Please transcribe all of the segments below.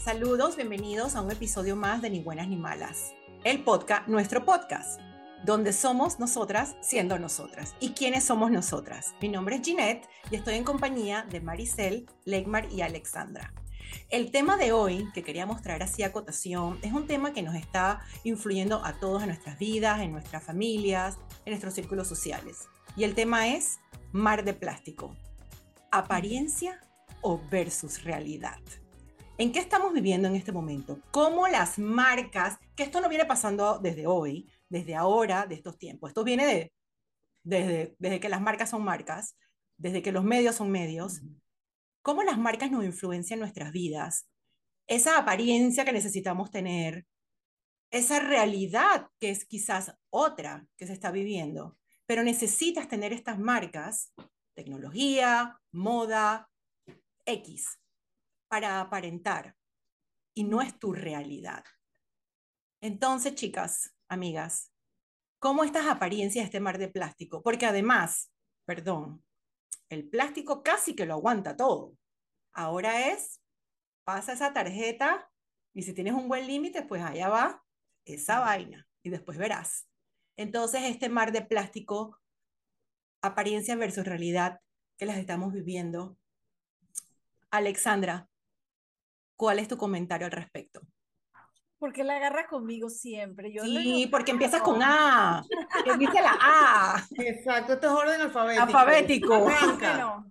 Saludos, bienvenidos a un episodio más de Ni Buenas ni Malas, el podcast, nuestro podcast, donde somos nosotras siendo nosotras. ¿Y quiénes somos nosotras? Mi nombre es Ginette y estoy en compañía de Maricel, Leymar y Alexandra. El tema de hoy que queríamos traer así a cotación es un tema que nos está influyendo a todos en nuestras vidas, en nuestras familias, en nuestros círculos sociales. Y el tema es mar de plástico. ¿Apariencia o versus realidad? ¿En qué estamos viviendo en este momento? ¿Cómo las marcas, que esto no viene pasando desde hoy, desde ahora, de estos tiempos, esto viene desde que las marcas son marcas, desde que los medios son medios, cómo las marcas nos influencian en nuestras vidas, esa apariencia que necesitamos tener, esa realidad que es quizás otra que se está viviendo, pero necesitas tener estas marcas, tecnología, moda, X, para aparentar, y no es tu realidad. Entonces, chicas, amigas, ¿cómo estas apariencias de este mar de plástico? Porque además, perdón, el plástico casi que lo aguanta todo. Ahora pasa esa tarjeta y si tienes un buen límite, pues allá va esa vaina y después verás. Entonces, este mar de plástico, apariencia versus realidad que las estamos viviendo. Alexandra, ¿cuál es tu comentario al respecto? Porque la agarras conmigo siempre. Yo le Sí, porque empiezas con no, A. Dice la A. Exacto, esto es orden alfabético. Alfabético. que Arranca. no.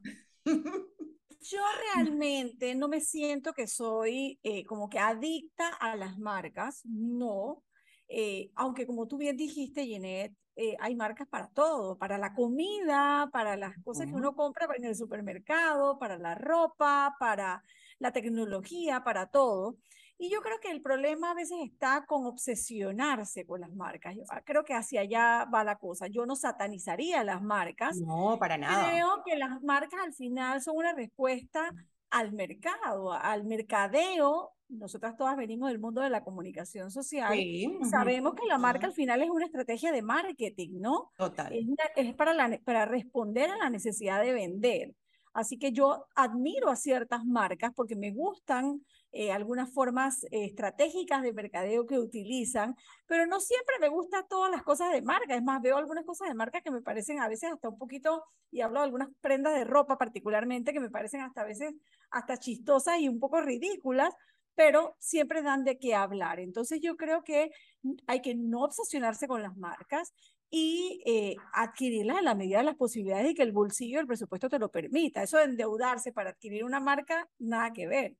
Yo realmente no me siento que soy como que adicta a las marcas, no. Aunque como tú bien dijiste, Jeanette, hay marcas para todo, para la comida, para las cosas que uno compra en el supermercado, para la ropa, para la tecnología, para todo. Y yo creo que el problema a veces está con obsesionarse con las marcas. Yo creo que hacia allá va la cosa. Yo no satanizaría las marcas. No, para nada. Creo que las marcas al final son una respuesta al mercado, al mercadeo. Nosotras todas venimos del mundo de la comunicación social Sí, y sabemos que la marca al final es una estrategia de marketing, ¿no? total. Es para responder a la necesidad de vender. Así que yo admiro a ciertas marcas porque me gustan algunas formas estratégicas de mercadeo que utilizan, pero no siempre me gustan todas las cosas de marca. Es más, veo algunas cosas de marca que me parecen a veces hasta un poquito, y hablo de algunas prendas de ropa particularmente, que me parecen hasta a veces hasta chistosas y un poco ridículas, pero siempre dan de qué hablar. Entonces yo creo que hay que no obsesionarse con las marcas y adquirirlas en la medida de las posibilidades y que el bolsillo, el presupuesto te lo permita. Eso de endeudarse para adquirir una marca, nada que ver.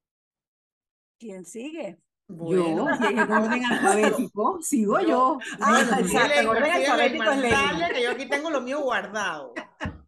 ¿Quién sigue? Bueno, Yo, si es en orden alfabético, sigo yo. Ah, bueno, sigue exacto. En orden alfabético es Leymar, Leyman. dale, que yo aquí tengo lo mío guardado.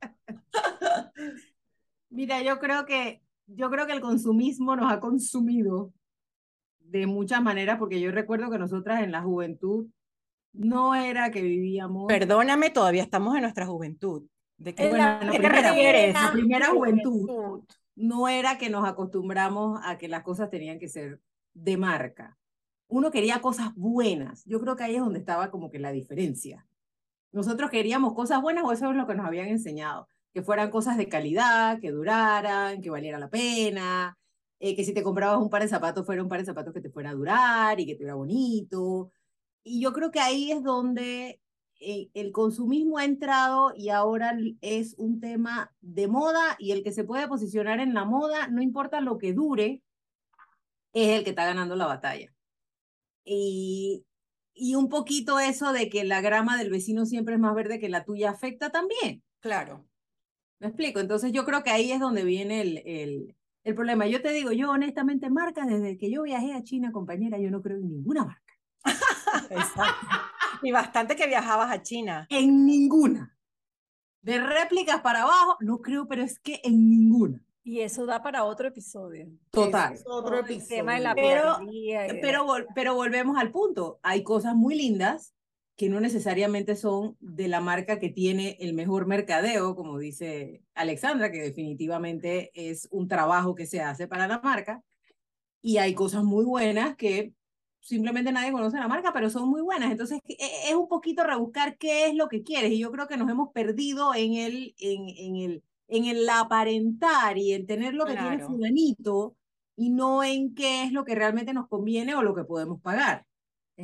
Mira, yo creo que el consumismo nos ha consumido de muchas maneras, porque yo recuerdo que nosotras en la juventud no era que vivíamos, Perdóname, todavía estamos en nuestra juventud. ¿De qué, En bueno, la en ¿a qué te refieres? la plena primera juventud, juventud. no era que nos acostumbramos a que las cosas tenían que ser de marca. Uno quería cosas buenas. Yo creo que ahí es donde estaba como que la diferencia. Nosotros queríamos cosas buenas o eso es lo que nos habían enseñado, que fueran cosas de calidad, que duraran, que valiera la pena, que si te comprabas un par de zapatos fuera un par de zapatos que te fuera a durar y que te fuera bonito. Y yo creo que ahí es donde el consumismo ha entrado y ahora es un tema de moda y el que se puede posicionar en la moda, no importa lo que dure, es el que está ganando la batalla. Y, y un poquito eso de que la grama del vecino siempre es más verde que la tuya afecta también. Claro. ¿Me explico? Entonces yo creo que ahí es donde viene el problema. Yo te digo, yo honestamente marcas, desde que yo viajé a China, compañera, yo no creo en ninguna marca. Exacto. Y bastante que viajabas a China. En ninguna. De réplicas para abajo, no creo, pero es que en ninguna. Y eso da para otro episodio. Total. Es otro Todo el tema de la episodio. Pero, piratería y de pero, pero volvemos al punto. Hay cosas muy lindas que no necesariamente son de la marca que tiene el mejor mercadeo, como dice Alexandra, que definitivamente es un trabajo que se hace para la marca. Y hay cosas muy buenas que simplemente nadie conoce la marca, pero son muy buenas. Entonces es un poquito rebuscar qué es lo que quieres. Y yo creo que nos hemos perdido en el aparentar y en tener lo que tiene Claro. fulanito y no en qué es lo que realmente nos conviene o lo que podemos pagar. Es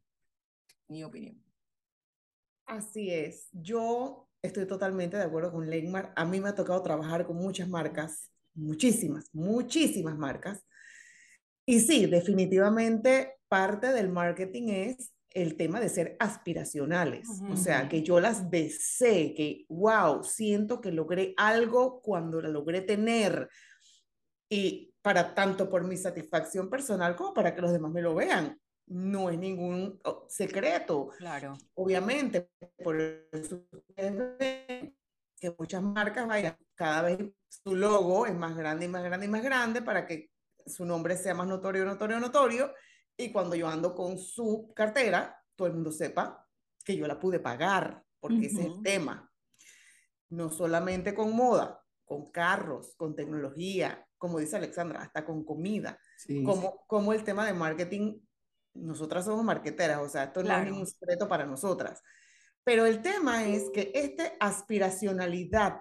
mi opinión. Así es. Yo estoy totalmente de acuerdo con Leymar. A mí me ha tocado trabajar con muchas marcas, muchísimas, muchísimas marcas. Y sí, definitivamente parte del marketing es el tema de ser aspiracionales. O sea, que yo las besé, que wow, siento que logré algo cuando la logré tener. Y para tanto por mi satisfacción personal como para que los demás me lo vean. No es ningún secreto. Claro. Obviamente, por eso ustedes ven que muchas marcas vayan, cada vez su logo es más grande y más grande y más grande para que su nombre sea más notorio, notorio, notorio. Y cuando yo ando con su cartera, todo el mundo sepa que yo la pude pagar, porque ese es el tema. No solamente con moda, con carros, con tecnología, como dice Alexandra, hasta con comida. Sí, como el tema de marketing, nosotras somos marqueteras, o sea, esto no es Claro. ningún secreto para nosotras. Pero el tema es que esta aspiracionalidad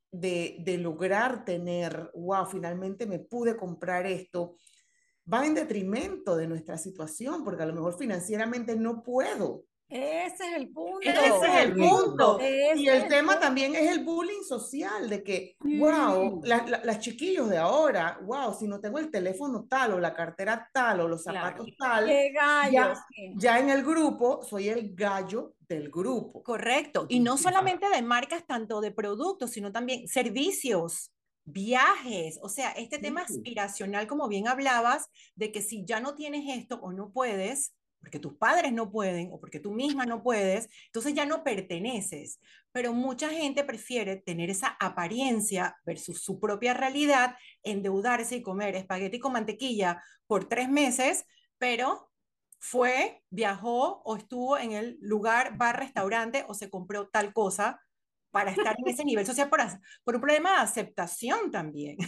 de lograr tener, wow, finalmente me pude comprar esto, va en detrimento de nuestra situación, porque a lo mejor financieramente no puedo. Ese es el punto. Ese es el punto. Y Ese el es tema punto. también es el bullying social, de que, wow, sí. las chiquillos de ahora, wow, si no tengo el teléfono tal o la cartera tal o los Claro. zapatos tal, Qué gallos. ya en el grupo soy el gallo del grupo. Correcto. Y no solamente de marcas, tanto de productos, sino también servicios, viajes. O sea, este tema aspiracional, como bien hablabas, de que si ya no tienes esto o no puedes, porque tus padres no pueden o porque tú misma no puedes, entonces ya no perteneces. Pero mucha gente prefiere tener esa apariencia versus su propia realidad, endeudarse y comer espagueti con mantequilla por 3 meses, pero fue, viajó o estuvo en el lugar, bar, restaurante o se compró tal cosa para estar en ese nivel social por un problema de aceptación también.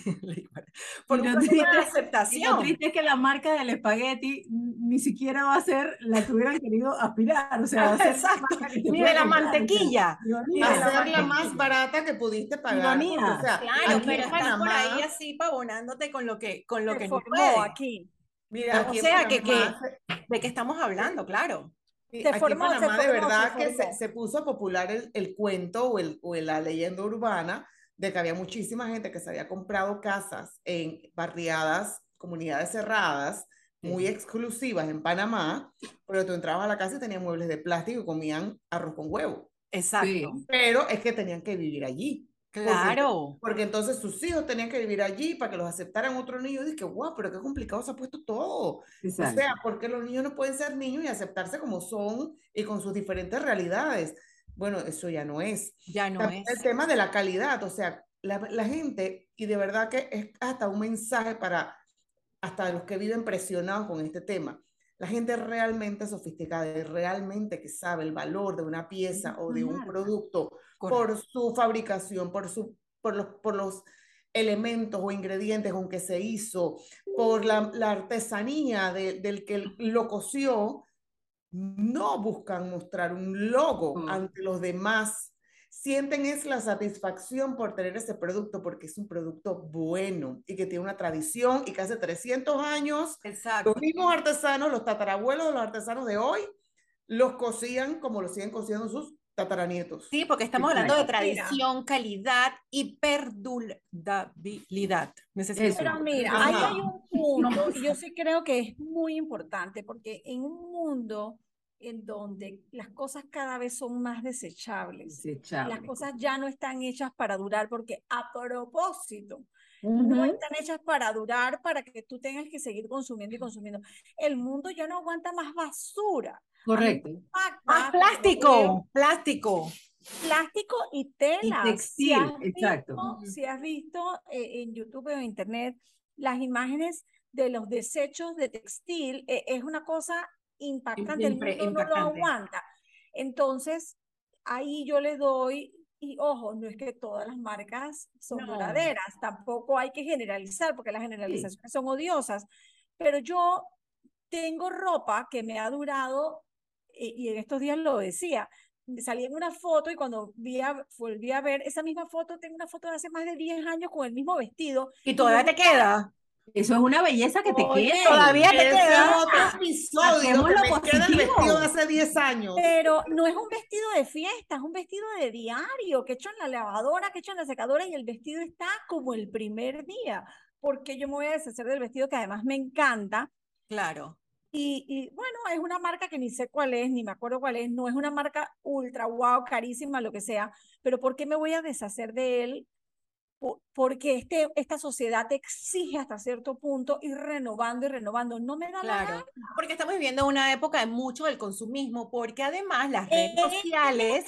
Por Y un lo problema triste, de y lo aceptación. triste es que la marca del espagueti ni siquiera va a ser la que hubieran querido aspirar, o sea, va a ser la Exacto. marca que se Ni de puede la comprar, o sea, mantequilla. Ni de la Hacer la más mantequilla. barata que pudiste pagar, porque, o ironía, sea, Claro, aquí pero en están por ahí Panamá, así pavonándote con lo Se que no formó puedes. aquí. mira, O aquí en sea, Panamá, ¿de qué estamos hablando? Claro. sí, Se aquí en formó, se Panamá de formó, se verdad que formó. se puso popular el cuento o la leyenda urbana de que había muchísima gente que se había comprado casas en barriadas, comunidades cerradas, muy sí. exclusivas en Panamá, pero tú entrabas a la casa y tenían muebles de plástico y comían arroz con huevo. Exacto. Pero es que tenían que vivir allí, Claro. porque entonces sus hijos tenían que vivir allí para que los aceptaran otros niños. Y dije, guau, pero qué complicado se ha puesto todo. O sea, Exacto. porque los niños no pueden ser niños y aceptarse como son y con sus diferentes realidades. Bueno, eso ya no es. Ya no También el es. tema de la calidad, o sea, la gente, y de verdad que es hasta un mensaje para hasta los que viven presionados con este tema. La gente realmente sofisticada y realmente que sabe el valor de una pieza o Una de un marca. producto Correcto. por su fabricación, por los elementos o ingredientes con que se hizo, por la artesanía del que lo coció, no buscan mostrar un logo Oh, ante los demás. Sienten es la satisfacción por tener ese producto porque es un producto bueno y que tiene una tradición y que hace 300 años los Exacto. mismos artesanos, los tatarabuelos de los artesanos de hoy, los cocían como lo siguen cociendo sus tataranietos. Sí, porque estamos hablando de exacto. Mira, tradición, calidad y perdurabilidad. Necesito Eso. pero mira, ahí hay Ajá. un punto y yo sí creo que es muy importante porque en un mundo en donde las cosas cada vez son más desechables, las Desechable. cosas ya no están hechas para durar porque a propósito no Ujú. están hechas para durar para que tú tengas que seguir consumiendo y consumiendo. El mundo ya no aguanta más basura. A mí me Correcto. más impacta cuando veo plástico, plástico. plástico y Y telas. textil, exacto. Si has visto en YouTube o en Internet las imágenes de los desechos de textil, es una cosa impactante, el mundo no lo Impactante. aguanta. Entonces, ahí yo le doy, y ojo, no es que todas las marcas son No. duraderas, tampoco hay que generalizar, porque las Sí. generalizaciones son odiosas, pero yo tengo ropa que me ha durado, y en estos días lo decía, salí en una foto y cuando volví a ver esa misma foto, tengo una foto de hace más de 10 años con el mismo vestido Y y yo todavía te queda. Eso es una belleza que te Oye, quede. Todavía te Ese queda. es otro episodio Saquemos que lo me queda el positivo. vestido de hace 10 años. pero no es un vestido de fiesta, es un vestido de diario que echo en la lavadora, que echo en la secadora y el vestido está como el primer día. Porque yo me voy a deshacer del vestido que además me encanta. Claro, Y bueno, es una marca que ni sé cuál es, ni me acuerdo cuál es, no es una marca ultra wow, carísima, lo que sea, pero ¿por qué me voy a deshacer de él? Porque esta sociedad te exige hasta cierto punto ir renovando y renovando. No me da la claro. gana. Porque estamos viviendo una época de mucho del consumismo, porque además las redes sociales,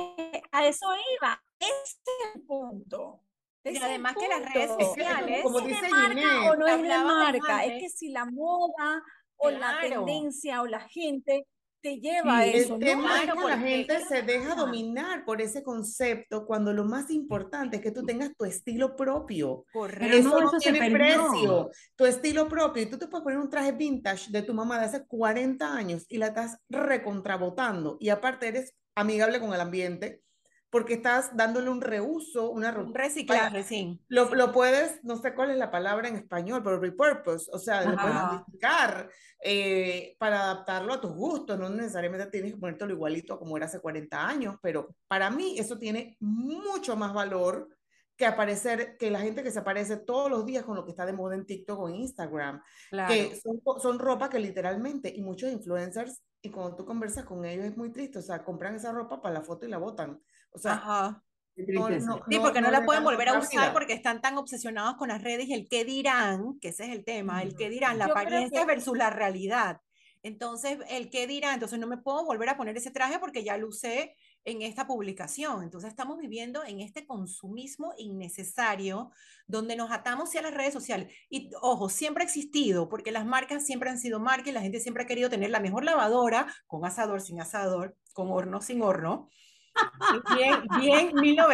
A eso iba. Ese es el punto. y Ese es el además que las redes punto. sociales, Como ¿Es de dice marca o Ginette, no que es de hablábamos marca? Es que antes, si la moda o la claro, tendencia o la gente te lleva a Sí, eso. el No tema es claro, que la porque, gente se deja gana. dominar por ese concepto cuando lo más importante es que tú tengas tu estilo propio. pero Eso no, correcto, no eso se tiene perdió. precio, tu estilo propio. Y tú te puedes poner un traje vintage de tu mamá de hace 40 años y la estás recontrabotando. Y aparte eres amigable con el ambiente porque estás dándole un reuso, un vaya, reciclaje, sí. lo puedes, no sé cuál es la palabra en español, pero repurpose, o sea, lo puedes Ajá. Ajá, modificar para adaptarlo a tus gustos, no necesariamente tienes que ponértelo igualito como era hace 40 años, pero para mí eso tiene mucho más valor que aparecer, que la gente que se aparece todos los días con lo que está de moda en TikTok o en Instagram, claro, que son ropa que literalmente, y muchos influencers, y cuando tú conversas con ellos es muy triste, o sea, compran esa ropa para la foto y la botan, o sea, ajá. Qué no, tristeza. no, Sí, no, porque no no la le pueden dan volver a otra usar vida. porque están tan obsesionados con las redes y el qué dirán, que ese es el tema, el qué dirán, la Yo creo apariencia que versus la realidad. Entonces, el qué dirán, entonces no me puedo volver a poner ese traje porque ya lo usé en esta publicación. Entonces, estamos viviendo en este consumismo innecesario donde nos atamos sí a las redes sociales. Y ojo, siempre ha existido porque las marcas siempre han sido marcas y la gente siempre ha querido tener la mejor lavadora con asador, sin asador, con horno, sin horno. Bien, bien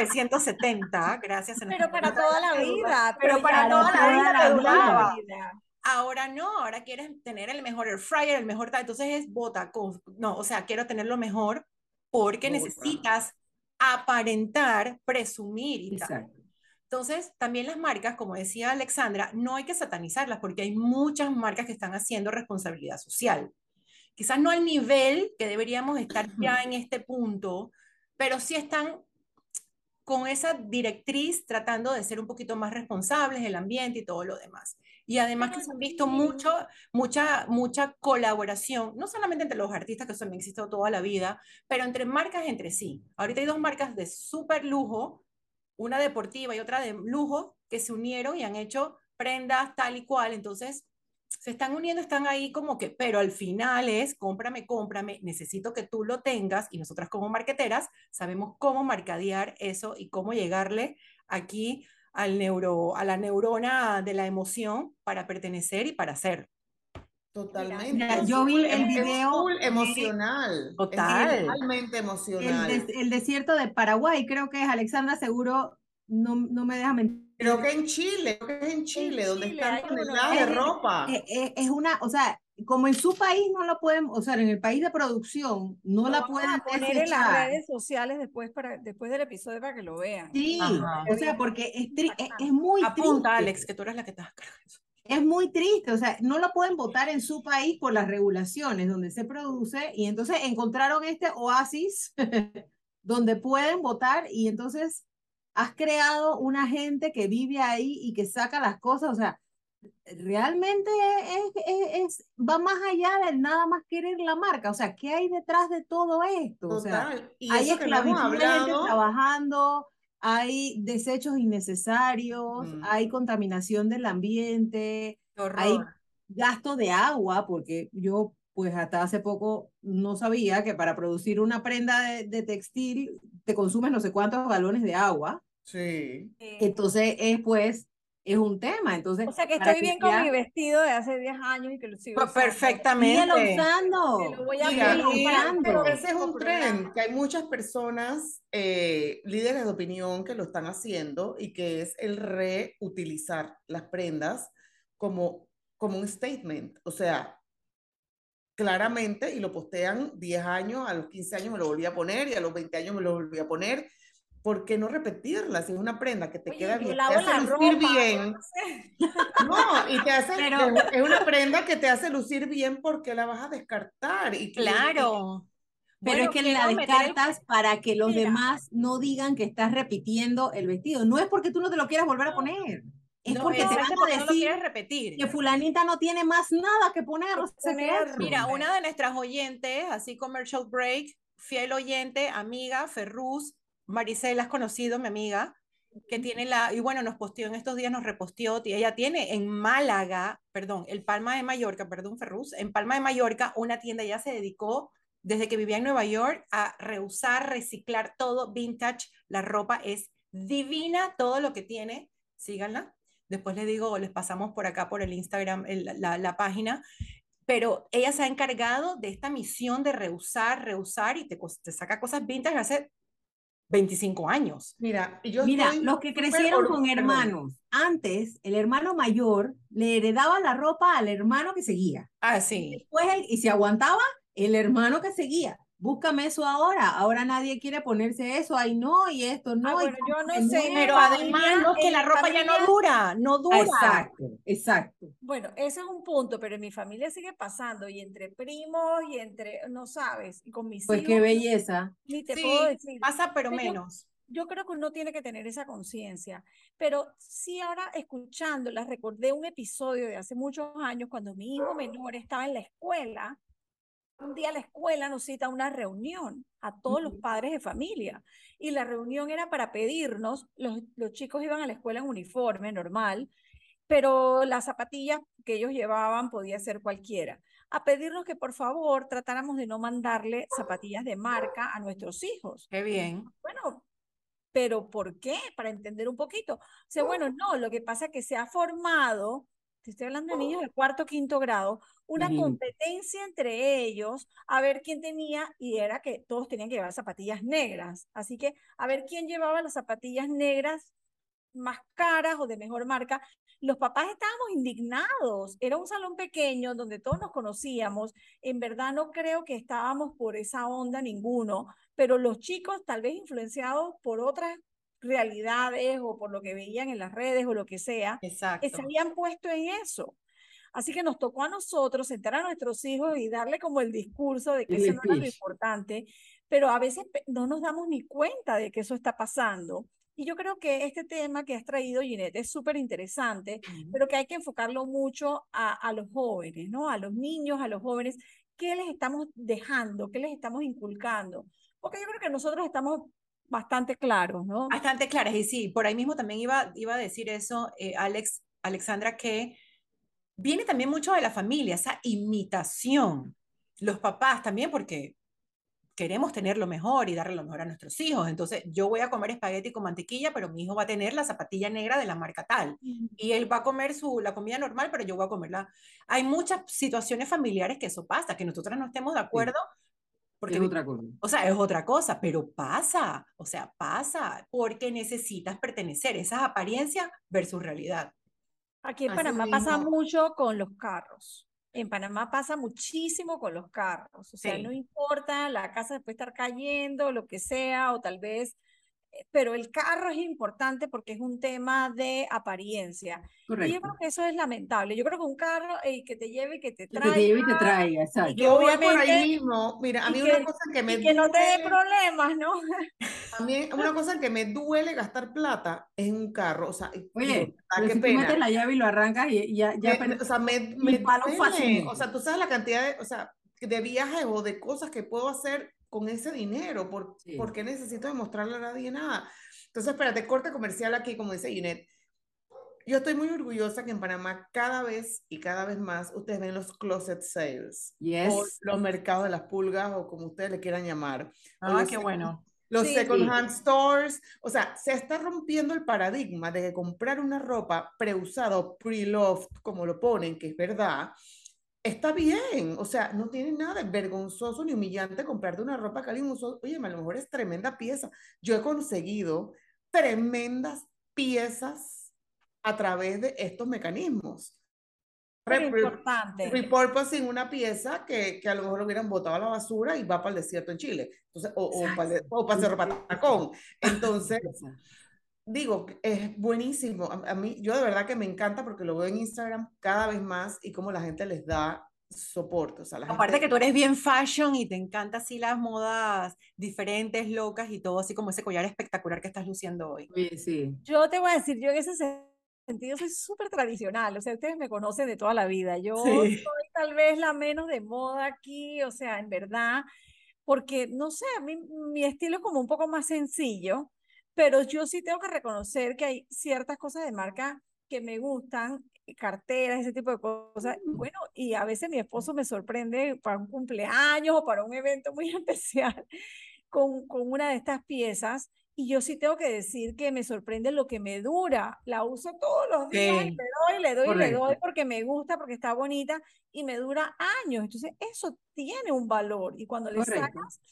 1970, gracias a nuestra pero para querida toda la cédula, vida, pero pero para ya toda no Para la para toda vida te la toda la vida. duraba. vida. Ahora no, ahora quieres tener el mejor air fryer, el mejor tal, entonces es bota, no, o sea, quiero tener lo mejor porque Bota. necesitas aparentar, presumir y tal. Exacto. Entonces, también las marcas, como decía Alexandra, no hay que satanizarlas porque hay muchas marcas que están haciendo responsabilidad social. Quizás no al nivel que deberíamos estar ya en este punto, pero sí están con esa directriz tratando de ser un poquito más responsables del ambiente y todo lo demás. Y además Pero que se han visto sí, mucha colaboración, no solamente entre los artistas, que eso me existido toda la vida, pero entre marcas entre sí. Ahorita hay dos marcas de súper lujo, una deportiva y otra de lujo, que se unieron y han hecho prendas tal y cual. Entonces, se están uniendo, están ahí como que, pero al final es cómprame, cómprame, necesito que tú lo tengas y nosotras como marqueteras sabemos cómo mercadear eso y cómo llegarle aquí a la neurona de la emoción para pertenecer y para ser. mira, Totalmente, Mira, yo yo vi el es full video de emocional, es Total. totalmente emocional. el desierto de Paraguay, creo que es Alexandra, seguro, no, no me deja Creo que mentir. en Chile, creo que es en en Chile, donde Chile están hay uno, toneladas de ¿no? ropa. Es una, o sea, como en su país no la pueden, o sea, en el país de producción no Lo la vamos pueden a poner en las desechar. redes sociales después del episodio para que lo vean. Sí, Ajá. o sea, porque es Impactante. muy Apunta, triste. Alex, que tú eres la que estás cargando eso. Es muy triste, o sea, no la pueden votar en su país por las regulaciones donde se produce y entonces encontraron este oasis donde pueden votar y entonces has creado una gente que vive ahí y que saca las cosas, o sea, realmente va más allá de nada más querer la marca, o sea, ¿qué hay detrás de todo esto? O sea, Total. Y hay eso que no hemos esclavitud de gente hablado, trabajando, hay desechos innecesarios, mm, hay contaminación del ambiente, Qué hay horror. gasto de agua, porque yo pues hasta hace poco no sabía que para producir una prenda de textil te consumes no sé cuántos galones de agua. sí, Entonces, pues, es un tema. O Entonces, sea que para estoy que bien con mi veas, vestido de hace 10 años y que lo sigo usando. síguelo Perfectamente. Que lo usando, voy a mira, poner síguelo y para el usando. ese es próximo un trend programa. que hay muchas personas, líderes de opinión, que lo están haciendo y que es el reutilizar las prendas como, como un statement. O sea, claramente, y lo postean 10 años, a los 15 años me lo volví a poner y a los 20 años me lo volví a poner. ¿por qué no repetirla? Si es una prenda que te Oye, queda yo bien, te lavo hace la lucir ropa, yo bien. no sé. No, y te hace, Pero, es una prenda que te hace lucir bien porque la vas a descartar. Claro. pero es Bueno, que la quiero meter el... descartas para que los Mira, demás no digan que estás repitiendo el vestido. No es porque tú no te lo quieras volver a poner, es No, porque te van exacto, a porque no lo decir quieres repetir. que fulanita no tiene más nada que ponerse que Mira, eso. una de nuestras oyentes, así commercial break, fiel oyente, amiga, Ferruz, Maricela, has conocido, mi amiga, que tiene y bueno, nos posteó en estos días, nos reposteó, y ella tiene en Málaga, perdón, el Palma de Mallorca, perdón, Ferruz, en Palma de Mallorca, una tienda, ella se dedicó desde que vivía en Nueva York a reusar, reciclar todo vintage, la ropa es divina, todo lo que tiene, síganla. Después les digo, les pasamos por acá por el Instagram, la página, pero ella se ha encargado de esta misión de reusar y te saca cosas vintage hace 25 años. Mira, y yo Mira, estoy los que súper, crecieron con perdón, hermanos, antes el hermano mayor le heredaba la ropa al hermano que seguía. Ah, Y sí. después, y si aguantaba, el hermano que seguía. Búscame eso ahora. Ahora nadie quiere ponerse eso. Ay, no, y esto ah, no, y bueno, yo compro no de sé, Pero nuevo. además, no es que en la mi ropa ya no familia, dura, no Ah, dura. exacto, exacto. bueno, ese es un punto, pero en mi familia sigue pasando, y entre primos, y entre, no sabes, y con mis Pues qué hijos, belleza. ni te puedo Sí, decir. pasa, pero Entonces, menos. yo creo que uno tiene que tener esa conciencia, pero sí ahora escuchándola, recordé un episodio de hace muchos años cuando mi hijo menor estaba en la escuela. Un día la escuela nos cita a una reunión a todos los padres de familia, y la reunión era para pedirnos, los chicos iban a la escuela en uniforme normal, pero las zapatillas que ellos llevaban podía ser cualquiera, a pedirnos que por favor tratáramos de no mandarle zapatillas de marca a nuestros hijos. Qué bien. Bueno, pero ¿por qué? Para entender un poquito. O sea, bueno, no, lo que pasa es que se ha formado, te estoy hablando de niños de cuarto, quinto grado, una Imagínate. competencia entre ellos a ver quién tenía, y era que todos tenían que llevar zapatillas negras. Así que a ver quién llevaba las zapatillas negras más caras o de mejor marca. Los papás estábamos indignados. Era un salón pequeño donde todos nos conocíamos. En verdad no creo que estábamos por esa onda ninguno, pero los chicos, tal vez influenciados por otras realidades o por lo que veían en las redes o lo que sea, se Exacto. habían puesto en eso. Así que nos tocó a nosotros sentar a nuestros hijos y darle como el discurso de que El eso no era lo speech. importante, pero a veces no nos damos ni cuenta de que eso está pasando. Y yo creo que este tema que has traído, Ginette, es súper interesante, pero que hay que enfocarlo mucho a los jóvenes, ¿no? A los niños, a los jóvenes. ¿Qué les estamos dejando? ¿Qué les estamos inculcando? Porque yo creo que nosotros estamos bastante claros, ¿no? Bastante claras. Y sí, por ahí mismo también iba a decir eso, Alexandra, que viene también mucho de la familia, esa imitación. Los papás también, porque queremos tener lo mejor y darle lo mejor a nuestros hijos. Entonces, yo voy a comer espagueti con mantequilla, pero mi hijo va a tener la zapatilla negra de la marca tal. Y él va a comer la comida normal, pero yo voy a comerla. Hay muchas situaciones familiares que eso pasa, que nosotras no estemos de Sí, acuerdo, es porque, otra cosa. o sea, es otra cosa, pero pasa, o sea, pasa, porque necesitas pertenecer, esas apariencias versus realidad. Aquí en así Panamá pasa mismo. mucho con los carros. En Panamá pasa muchísimo con los carros. O sea, no Sí, importa, la casa puede estar cayendo, lo que sea, o tal vez, pero el carro es importante porque es un tema de apariencia. Y yo Correcto. creo que eso es lamentable. Yo creo que un carro que te lleve y que te Que te traiga, lleve y te traiga, y que exacto. Yo voy por ahí obviamente, mismo. Mira, a y mí una que, cosa que me y que no te dé duele, problemas, ¿no? a mí una cosa que me duele gastar plata es un carro. O sea, digo, Oye, ah, pero qué si tú metes pena. la llave y lo arrancas y ya O sea, perdiste me el palo duele. O fácilmente. sea, tú sabes la cantidad de, o sea, de viajes o de cosas que puedo hacer con ese dinero. ¿Por Sí, qué necesito demostrarle a nadie nada? Entonces, espérate, corte comercial aquí, como dice Ginette. Yo estoy muy orgullosa que en Panamá cada vez y cada vez más ustedes ven los closet sales o yes, los mercados de las pulgas o como ustedes le quieran llamar, o ah, qué bueno. los Sí, second sí, hand stores. O sea, se está rompiendo el paradigma de que comprar una ropa preusada o pre-loved, como lo ponen, que es verdad, está bien. O sea, no tiene nada de vergonzoso ni humillante comprarte una ropa que alguien usó. Oye, a lo mejor es tremenda pieza. Yo he conseguido tremendas piezas a través de estos mecanismos. súper importante. repurposing una pieza que a lo mejor lo hubieran botado a la basura y va para el desierto en Chile. Entonces, o para Cerro Patacón. Entonces, digo, es buenísimo. A mí, yo de verdad que me encanta porque lo veo en Instagram cada vez más y cómo la gente les da soporte. O sea, la Aparte gente... que tú eres bien fashion y te encanta así las modas diferentes, locas y todo, así como ese collar espectacular que estás luciendo hoy. Oye, sí. Yo te voy a decir, yo en ese sentido soy súper tradicional, o sea, ustedes me conocen de toda la vida. Yo Sí. soy tal vez la menos de moda aquí, o sea, en verdad, porque no sé, a mí mi estilo es como un poco más sencillo, pero yo sí tengo que reconocer que hay ciertas cosas de marca que me gustan, carteras, ese tipo de cosas. Bueno, y a veces mi esposo me sorprende para un cumpleaños o para un evento muy especial con una de estas piezas. Y yo sí tengo que decir que me sorprende lo que me dura. La uso todos los días y Sí, le doy Correcto. porque me gusta, porque está bonita y me dura años. Entonces, eso tiene un valor. Y cuando le Correcto. sacas,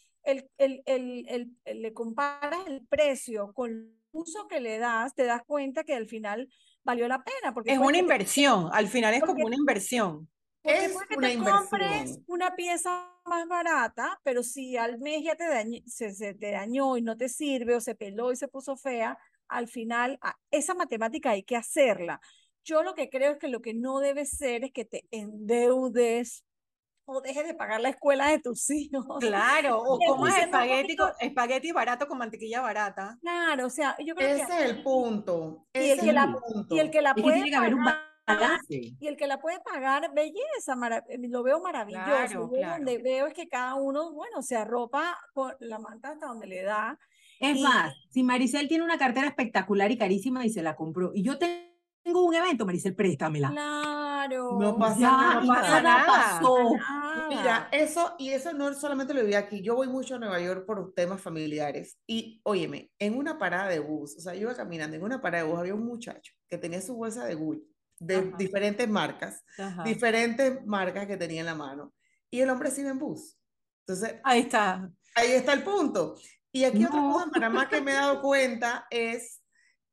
le comparas el precio con el uso que le das, te das cuenta que al final valió la pena, porque es puede una que inversión, al final es como porque una inversión. porque Es puede que una te compres inversión. una pieza más barata, pero si al mes ya se te dañó y no te sirve o se peló y se puso fea, al final esa matemática hay que hacerla. Yo lo que creo es que lo que no debe ser es que te endeudes o dejes de pagar la escuela de tus hijos. Claro, o comas Siendo un poquito, espagueti barato con mantequilla barata. claro, o sea, yo creo que Ese es el punto. y el Ese es que el la, Sí. y el punto. que la Es que puede tiene que haber un pagar, balance. y el que la puede pagar, belleza, lo veo maravilloso. Claro, Yo claro. donde veo es que cada uno, bueno, se arropa con la manta hasta donde le da. Es Y más, si Maricel tiene una cartera espectacular y carísima y se la compró, y yo tengo un evento, Maricel, préstamela. No claro, Y pasa ya, No y pasa nada. nada nada. pasó. Mira, nada. eso, y eso no solamente lo vi aquí, yo voy mucho a Nueva York por temas familiares y óyeme, en una parada de bus, o sea, yo iba caminando en una parada de bus, había un muchacho que tenía su bolsa de Gucci, de Ajá, diferentes marcas que tenía en la mano, y el hombre se iba en bus. Entonces, ahí está. ahí está el punto. Y aquí otra cosa No, en Panamá que me he dado cuenta es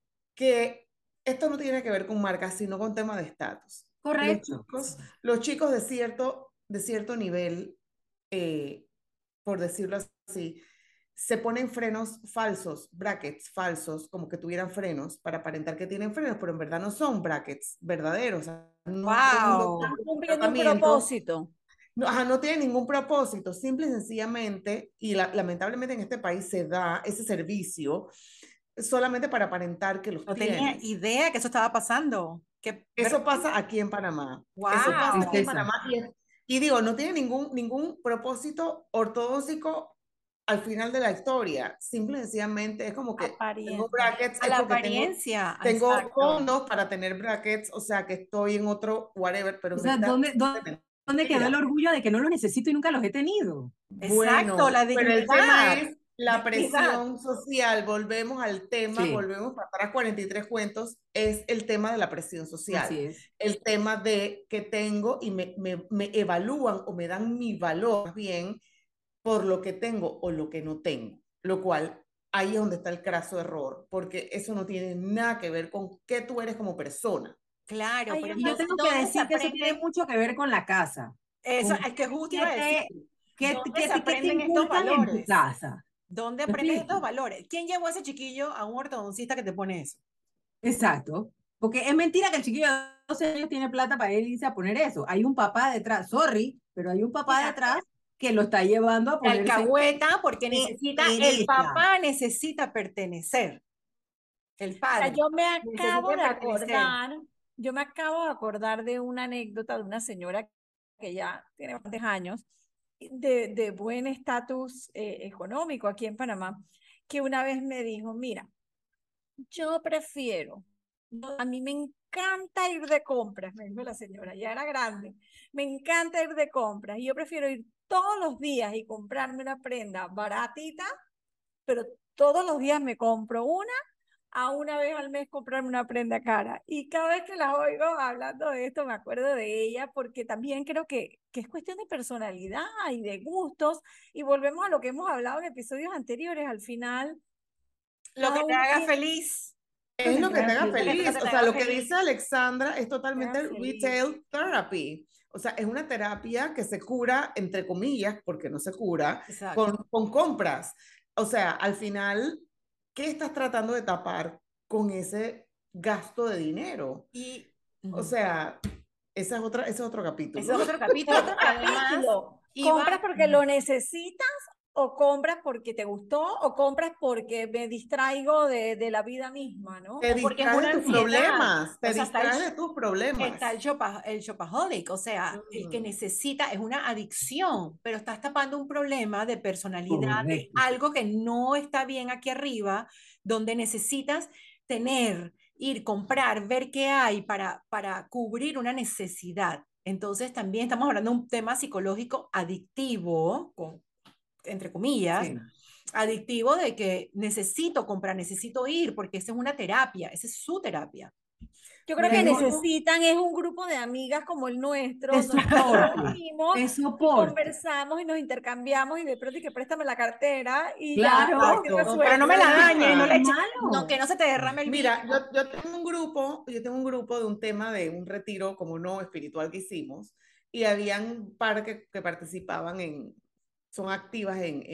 que esto no tiene que ver con marcas, sino con temas de estatus. correcto. Los chicos de cierto nivel, eh, por decirlo así, se ponen frenos falsos, brackets falsos, como que tuvieran frenos para aparentar que tienen frenos, pero en verdad no son brackets verdaderos. O sea, no con un doctor Wow. Están de cumpliendo un tratamiento, propósito. no, ajá, no tiene ningún propósito, simple y sencillamente, y lamentablemente en este país se da ese servicio solamente para aparentar que los No tenía tienes. idea que eso estaba pasando. Qué Eso pasa aquí en Panamá. Eso Qué pasa aquí en wow. Panamá. tristeza. Y digo, no tiene ningún propósito ortodoxo al final de la historia. Simple y sencillamente es como que tengo Apariencia. brackets, A es la porque apariencia, tengo exacto. fondos para tener brackets, o sea que estoy en otro whatever, pero O en sea, realidad ¿dónde quedó el mentira. orgullo de que no los necesito y nunca los he tenido? Exacto, Bueno, la pero el tema dignidad. es la Dignidad. presión social. Volvemos al tema, Sí, volvemos para atrás 43 cuentos, es el tema de la presión social. así es. El tema de que tengo y me evalúan o me dan mi valor más bien por lo que tengo o lo que no tengo. Lo cual ahí es donde está el craso error, porque eso no tiene nada que ver con qué tú eres como persona. Claro, pero Hay Y yo una, entonces, tengo que ¿dónde se decir que eso tiene aprenden? mucho que ver con la casa. Eso Con es que justo iba qué a decir, te, ¿dónde se qué te aprenden estos inculcan en tu valores? casa. ¿Dónde ¿Me aprendes estos explico? valores? ¿Quién llevó a ese chiquillo a un ortodoncista que te pone eso? Exacto. Porque es mentira que el chiquillo de 12 años tiene plata para él irse a poner eso. Hay un papá detrás, sorry, pero hay un papá Mira, detrás que lo está llevando a de ponerse alcahueta porque el pereza. papá necesita pertenecer, el mira, padre acabo necesita de pertenecer. acordar, yo me acabo de acordar de una anécdota de una señora que ya tiene bastantes años, de buen estatus económico aquí en Panamá, que una vez me dijo, mira, yo prefiero, a mí me encanta ir de compras, me dijo la señora, ya era grande, me encanta ir de compras y yo prefiero ir todos los días y comprarme una prenda baratita, pero todos los días me compro una a una vez al mes comprarme una prenda cara. Y cada vez que las oigo hablando de esto, me acuerdo de ella, porque también creo que es cuestión de personalidad y de gustos. Y volvemos a lo que hemos hablado en episodios anteriores. Al final, Lo que cada te uno haga tiene, feliz. Es lo que te haga Lo que feliz. te O sea, haga lo que feliz. dice Alexandra es Te haga totalmente feliz. retail therapy. O sea, es una terapia que se cura, entre comillas, porque no se cura, Exacto. con compras. O sea, al final, ¿qué estás tratando de tapar con ese gasto de dinero? Y O sea, ese es otro capítulo. ese es otro capítulo, Otro porque además capítulo. ¿Compras iba, porque lo necesitas o compras porque te gustó o compras porque me distraigo de la vida misma, ¿no? Te o porque es distraes de una tus ansiedad. problemas, O te sea, distraes de tus está problemas. el shopaholic, o sea, el que Mm, necesita es una adicción, pero estás tapando un problema de personalidad, de Correcto. algo que no está bien aquí arriba, donde necesitas tener, ir, comprar, ver qué hay para cubrir una necesidad. Entonces también estamos hablando de un tema psicológico adictivo, entre comillas, Sí. adictivo de que necesito comprar, necesito ir, porque esa es una terapia, esa es su terapia. Yo creo Mira, que Tengo, necesitan es un grupo de amigas como el nuestro, De donde nos soporte. reunimos De y soporte. conversamos y nos intercambiamos y de pronto y que préstame la cartera y ya, Claro. estoy exacto, pero no me resuelto. la Y eso dañes, no no es le ah, eches, no, que malo. no se te derrame el mira, vino. yo tengo un grupo de un tema de un retiro como no espiritual que hicimos y habían un par que participaban son activas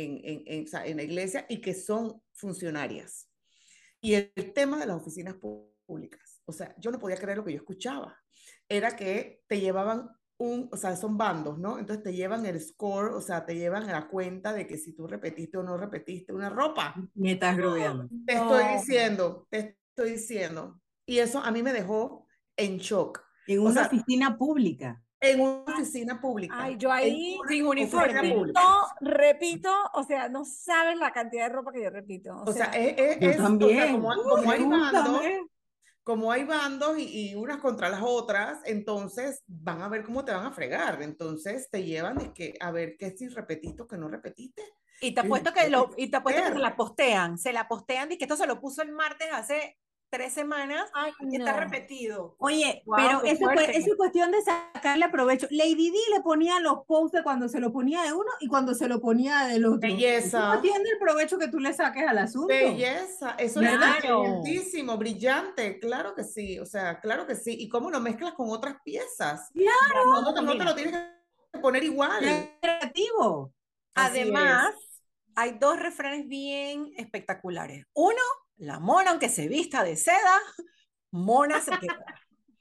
o sea, en la iglesia y que son funcionarias. Y el tema de las oficinas públicas, o sea, yo no podía creer lo que yo escuchaba. Era que te llevaban o sea, son bandos, ¿no? Entonces te llevan el score, o sea, te llevan a la cuenta de que si tú repetiste o no repetiste una ropa. Me estás grubeando. No. Te estoy diciendo. Y eso a mí me dejó en shock. En O una sea, oficina pública. en una oficina Ay, pública, yo en ahí Sin una oficina uniforme. repito, pública. repito, o sea, no sabes la cantidad de ropa que yo repito. O O sea, sea, Yo o sea, también. como hay bandos, Pregúntame. y unas contra las otras, entonces van a ver cómo te van a fregar. Entonces te llevan de que a ver qué si repetiste o que no repetiste. Y te Yo dije, apuesto "¿Qué y te apuesto que hacer?". se la postean, y que esto se lo puso el martes hace 3 semanas, ay, y está no. repetido. Oye, Wow, pero qué eso es fuerte. cuestión de sacarle provecho. Lady Di le ponía los posts cuando se lo ponía de uno y cuando se lo ponía del otro. Eso es Belleza, cuestión del provecho que tú le saques al asunto, belleza, eso es ¿verdad? Claro. inteligentísimo, brillante, claro que sí, o sea, claro que sí. ¿Y cómo lo mezclas con otras piezas? Ya, No te lo mira, tienes que poner igual. Creativo. Así además, es. hay dos refranes bien espectaculares. Uno, la mona, aunque se vista de seda, mona se queda.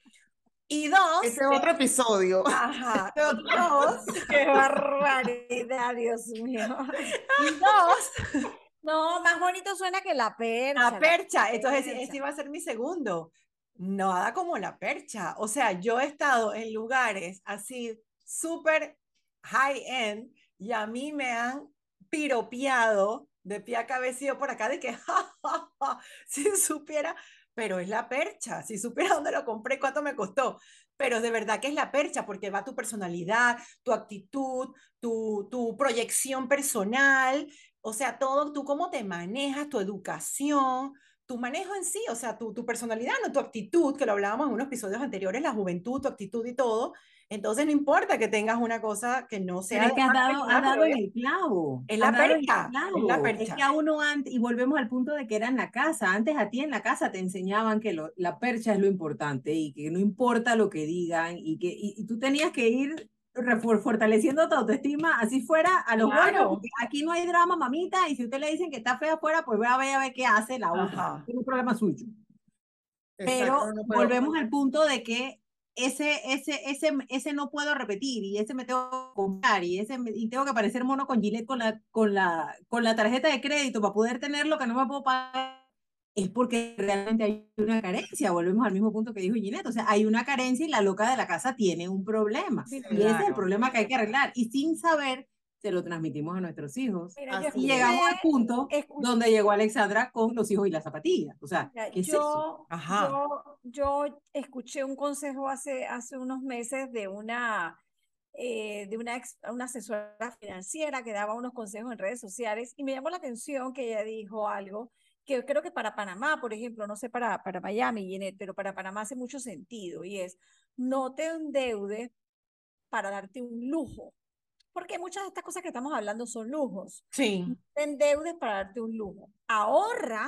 Y dos, Ese es otro episodio. ajá, y dos, Qué barbaridad, Dios mío. y dos, No, más bonito suena que la la percha, la percha. Entonces, ese percha. iba a ser mi segundo. Nada como la percha. O sea, yo he estado en lugares así súper high-end y a mí me han piropeado de pie a cabeza por acá de que, ja, ja, ja, si supiera, pero es la percha, si supiera dónde lo compré, cuánto me costó, pero de verdad que es la percha porque va tu personalidad, tu actitud, tu proyección personal, o sea, todo, tú cómo te manejas, tu educación, tu manejo en sí, o sea, tu personalidad, no tu actitud, que lo hablábamos en unos episodios anteriores, la juventud, tu actitud y todo. Entonces no importa que tengas una cosa que no Pero sea es de que marca has nada, pero dado en el clavo, es has la dado en el percha, es la clavo. Es que percha. a uno antes, y volvemos al punto de que era en la casa, antes a ti en la casa te enseñaban que la percha es lo importante y que no importa lo que digan y tú tenías que ir fortaleciendo tu autoestima, así fuera a los golpes, Claro. porque aquí no hay drama, mamita, y si usted le dicen que está fea afuera, pues ve a ver qué hace la otra, Ajá. es un problema suyo. Exacto, Pero no, pero volvemos al punto de que ese no puedo repetir y ese me tengo que comprar y tengo que parecer mono con Gillette con la tarjeta de crédito para poder tener lo que no me puedo pagar, es porque realmente hay una carencia. Volvemos al mismo punto que dijo Ginette. O sea, hay una carencia y la loca de la casa tiene un problema. Sí, Y ese es el Claro. problema que hay que arreglar. Y sin saber, se lo transmitimos a nuestros hijos. mira, yo Y así escuché, es. llegamos al punto donde llegó Alexandra con los hijos y las zapatillas. O sea, mira, ¿qué es eso? Ajá. yo escuché un consejo hace unos meses una asesora financiera que daba unos consejos en redes sociales y me llamó la atención que ella dijo algo que creo que para Panamá, por ejemplo, no sé para Miami, Jeanette, pero para Panamá hace mucho sentido y es no te endeudes para darte un lujo, porque muchas de estas cosas que estamos hablando son lujos. No Sí. te endeudes para darte un lujo. Ahorra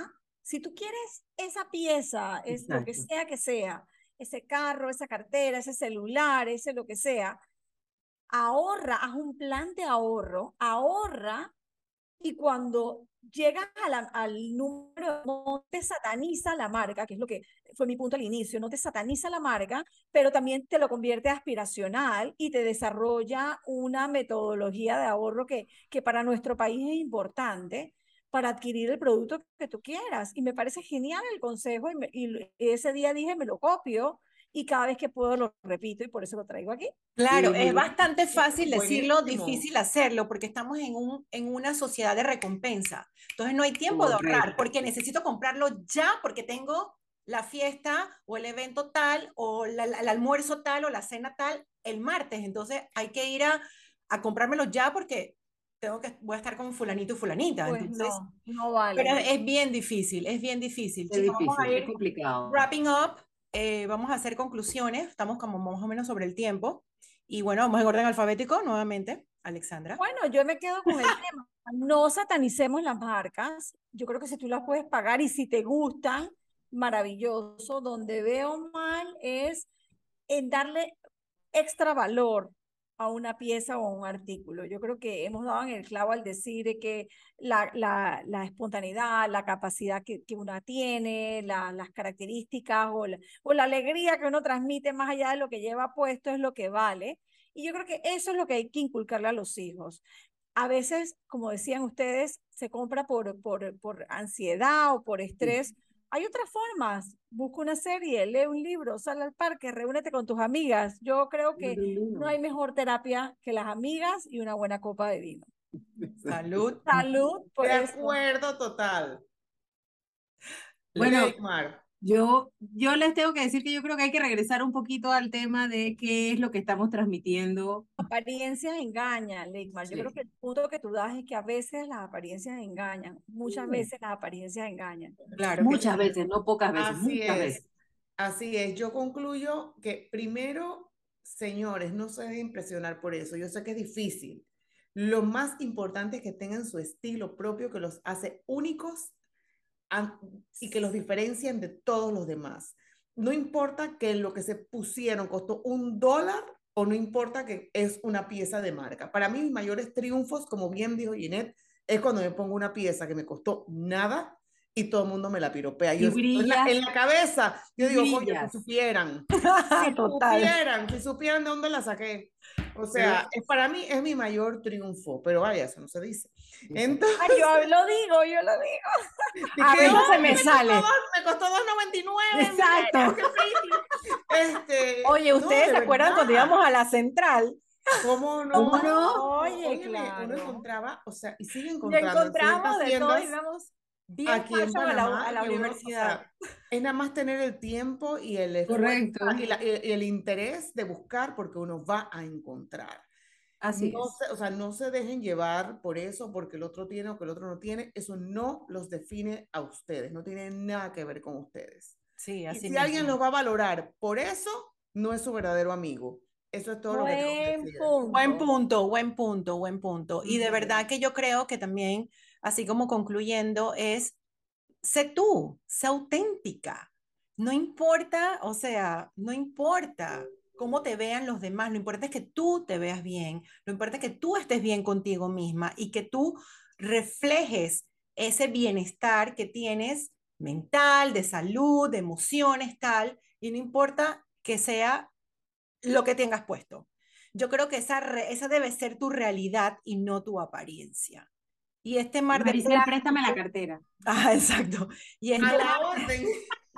Si tú quieres esa pieza, es lo Exacto. que sea, ese carro, esa cartera, ese celular, ese lo que sea, ahorra, haz un plan de ahorro, ahorra y cuando llegas al número, no te sataniza la marca, que es lo que fue mi punto al inicio, no te sataniza la marca, pero también te lo convierte aspiracional y te desarrolla una metodología de ahorro que para nuestro país es importante para adquirir el producto que tú quieras. Y me parece genial el consejo y ese día dije, me lo copio y cada vez que puedo lo repito y por eso lo traigo aquí. Claro, es Sí. bastante fácil decirlo, Buenísimo. difícil hacerlo, porque estamos en una sociedad de recompensa. Entonces no hay tiempo de ahorrar, Correcto. porque necesito comprarlo ya, porque tengo la fiesta o el evento tal, o el almuerzo tal, o la cena tal, el martes. Entonces hay que ir a comprármelo ya, porque voy a estar con fulanito y fulanita. Pues Entonces, no, no pero vale. es bien difícil, es bien difícil. Es Chicos, vamos a difícil, es ir complicado. wrapping up, vamos a hacer conclusiones, estamos como más o menos sobre el tiempo. Y bueno, vamos en orden alfabético nuevamente, Alexandra. Bueno, yo me quedo con el tema. No satanicemos las marcas. Yo creo que si tú las puedes pagar y si te gustan, maravilloso. Donde veo mal es en darle extra valor a una pieza o a un artículo. Yo creo que hemos dado en el clavo al decir de que la espontaneidad, la capacidad que uno tiene, las características o la alegría que uno transmite más allá de lo que lleva puesto es lo que vale. Y yo creo que eso es lo que hay que inculcarle a los hijos. A veces, como decían ustedes, se compra por ansiedad o por Sí. estrés. Hay otras formas. Busca una serie, lee un libro, sal al parque, reúnete con tus amigas. Yo creo que no hay mejor terapia que las amigas y una buena copa de vino. Salud. Salud De por eso. acuerdo, total. Bueno, Leymar. yo les tengo que decir que yo creo que hay que regresar un poquito al tema de qué es lo que estamos transmitiendo. Apariencias engañan, Leikmar. Yo creo Sí. que el punto que tú das es que a veces las apariencias engañan. Muchas veces las apariencias engañan. Claro que Muchas sí. veces, no pocas veces, Así muchas es, veces. así es. Yo concluyo que primero, señores, no se dejen impresionar por eso. Yo sé que es difícil. Lo más importante es que tengan su estilo propio que los hace únicos an- y que los diferencian de todos los demás. No importa que lo que se pusieron costó $1 o no importa que es una pieza de marca. Para mí, mis mayores triunfos, como bien dijo Ginette, es cuando me pongo una pieza que me costó nada y todo el mundo me la piropea. Yo Y en brillas, la cabeza, yo y digo, coño, brillas. Total. si supieran de dónde la saqué. O Pero, sea, para mí es mi mayor triunfo, pero vaya, eso no se dice. exacto. Ah, Entonces, yo lo digo. de A que, veces se oh, me sale. me costó $2.99, mira, Exacto. qué pretty. Oye, No, ¿ustedes de se acuerdan cuando íbamos verdad. a la central? ¿Cómo ¿Cómo no? no? Oye, Óyeme, uno claro. encontraba, o sea, y sigue Y encontrando en encontramos ciertas de todo y tiendas vamos bien aquí en fashion a Panamá a la que uno, o universidad. sea, es nada más tener el tiempo y el esfuerzo Correcto. y el interés de buscar porque uno va a encontrar. Así No es. se, o sea, no se dejen llevar por eso, porque el otro tiene o que el otro no tiene. Eso no los define a ustedes, no tiene nada que ver con ustedes. Sí, Y así si alguien los mismo. va a valorar por eso, no es su verdadero amigo. Eso es todo lo que tengo que Buen decir. Buen punto. punto, buen punto, buen punto. Y de Ujú. verdad que yo creo que también, así como concluyendo, es sé tú, sé auténtica. No importa, o sea, no importa cómo te vean los demás, lo importante es que tú te veas bien, lo importante es que tú estés bien contigo misma y que tú reflejes ese bienestar que tienes mental, de salud, de emociones, tal, y no importa que sea lo que tengas puesto. Yo creo que esa debe ser tu realidad y no tu apariencia. Y este mar de Maricel, préstame la plástico, cartera. exacto. Y A este la mar, orden.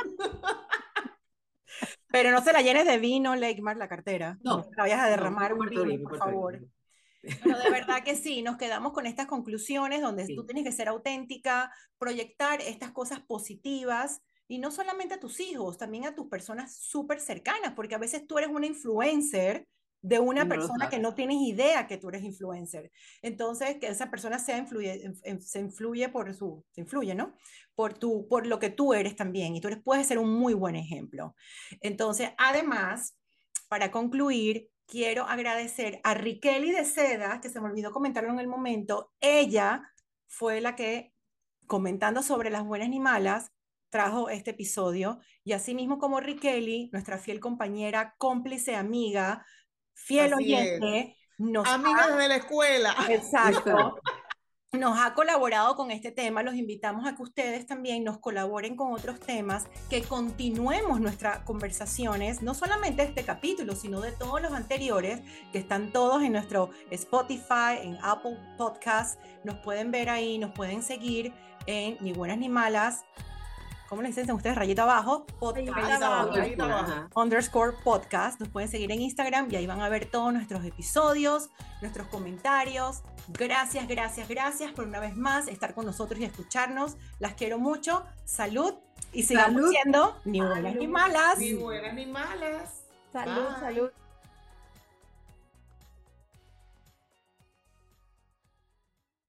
pero no se la llenes de vino, Leikmar, la cartera. No te No, la vayas a no, derramar me un porto vino, bien, me por porto favor. bien. Pero de verdad que sí, nos quedamos con estas conclusiones donde tú Sí. tienes que ser auténtica, proyectar estas cosas positivas y no solamente a tus hijos, también a tus personas súper cercanas, porque a veces tú eres una influencer de Y una no lo persona que sabes. no tienes idea que tú eres influencer. Entonces, que esa persona se influye se influye, ¿no? Por lo que tú eres también y tú puedes ser un muy buen ejemplo. Entonces, además, para concluir, quiero agradecer a Riqueli de Seda, que se me olvidó comentarlo en el momento. Ella fue la que, comentando sobre las buenas ni malas, trajo este episodio, y así mismo como Rikeli, nuestra fiel compañera, cómplice, amiga, fiel Así es. oyente, nos Amiga desde la escuela. Exacto. Nos ha colaborado con este tema. Los invitamos a que ustedes también nos colaboren con otros temas, que continuemos nuestras conversaciones, no solamente de este capítulo, sino de todos los anteriores, que están todos en nuestro Spotify, en Apple Podcasts. Nos pueden ver ahí, nos pueden seguir en Ni Buenas Ni Malas. ¿Cómo le dicen ustedes? Rayita abajo, podcast, underscore podcast. Nos pueden seguir en Instagram y ahí van a ver todos nuestros episodios, nuestros comentarios. Gracias, gracias, gracias por una vez más estar con nosotros y escucharnos. Las quiero mucho. Salud y sigamos siendo ni buenas ni malas. Ni buenas ni malas. Salud, Bye. salud.